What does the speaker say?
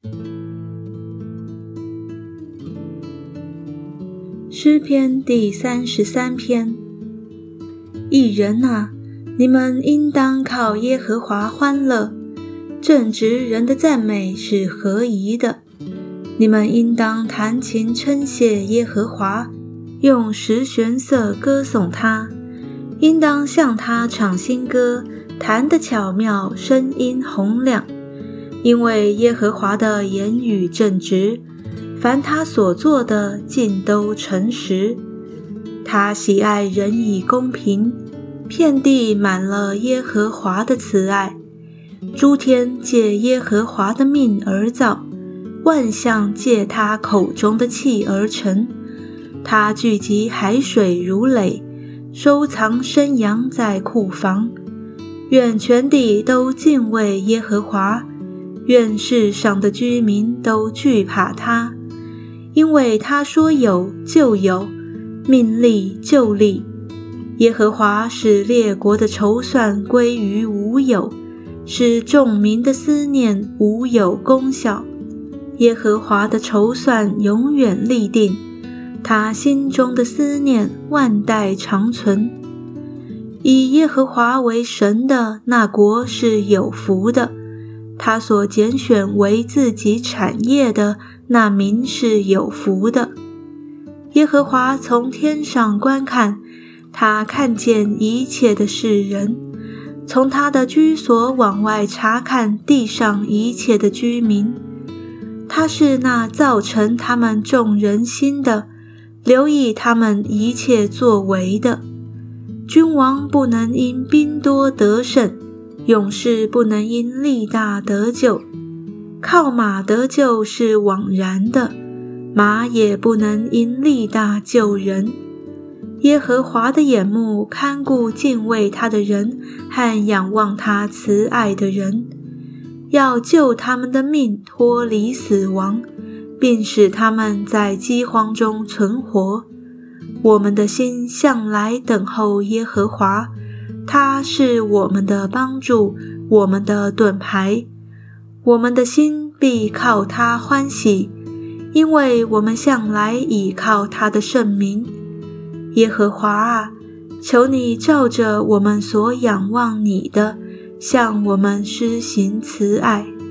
诗篇第33篇。义人啊，你们应当靠耶和华欢乐，正直人的赞美是合宜的。你们应当弹琴称谢耶和华，用十弦瑟歌颂他，应当向他唱新歌，弹得巧妙，声音洪亮。因为耶和华的言语正直，凡他所做的尽都诚实。他喜爱仁义公平，遍地满了耶和华的慈爱。诸天借耶和华的命而造，万象借他口中的气而成。他聚集海水如垒，收藏生羊在库房。愿全地都敬畏耶和华，愿世上的居民都惧怕他。因为他说有就有，命立就立。耶和华使列国的筹算归于无有，使众民的思念无有功效。耶和华的筹算永远立定，他心中的思念万代长存。以耶和华为神的那国是有福的，他所拣选为自己产业的那民是有福的。耶和华从天上观看，他看见一切的世人，从他的居所往外察看地上一切的居民。他是那造成他们众人心的，留意他们一切作为的。君王不能因兵多得胜，勇士不能因力大得救。靠马得救是枉然的，马也不能因力大救人。耶和华的眼目看顾敬畏他的人和仰望他慈爱的人，要救他们的命脱离死亡，并使他们在饥荒中存活。我们的心向来等候耶和华，他是我们的帮助，我们的盾牌。我们的心必靠他欢喜，因为我们向来倚靠他的圣名。耶和华啊，求你照着我们所仰望你的，向我们施行慈爱。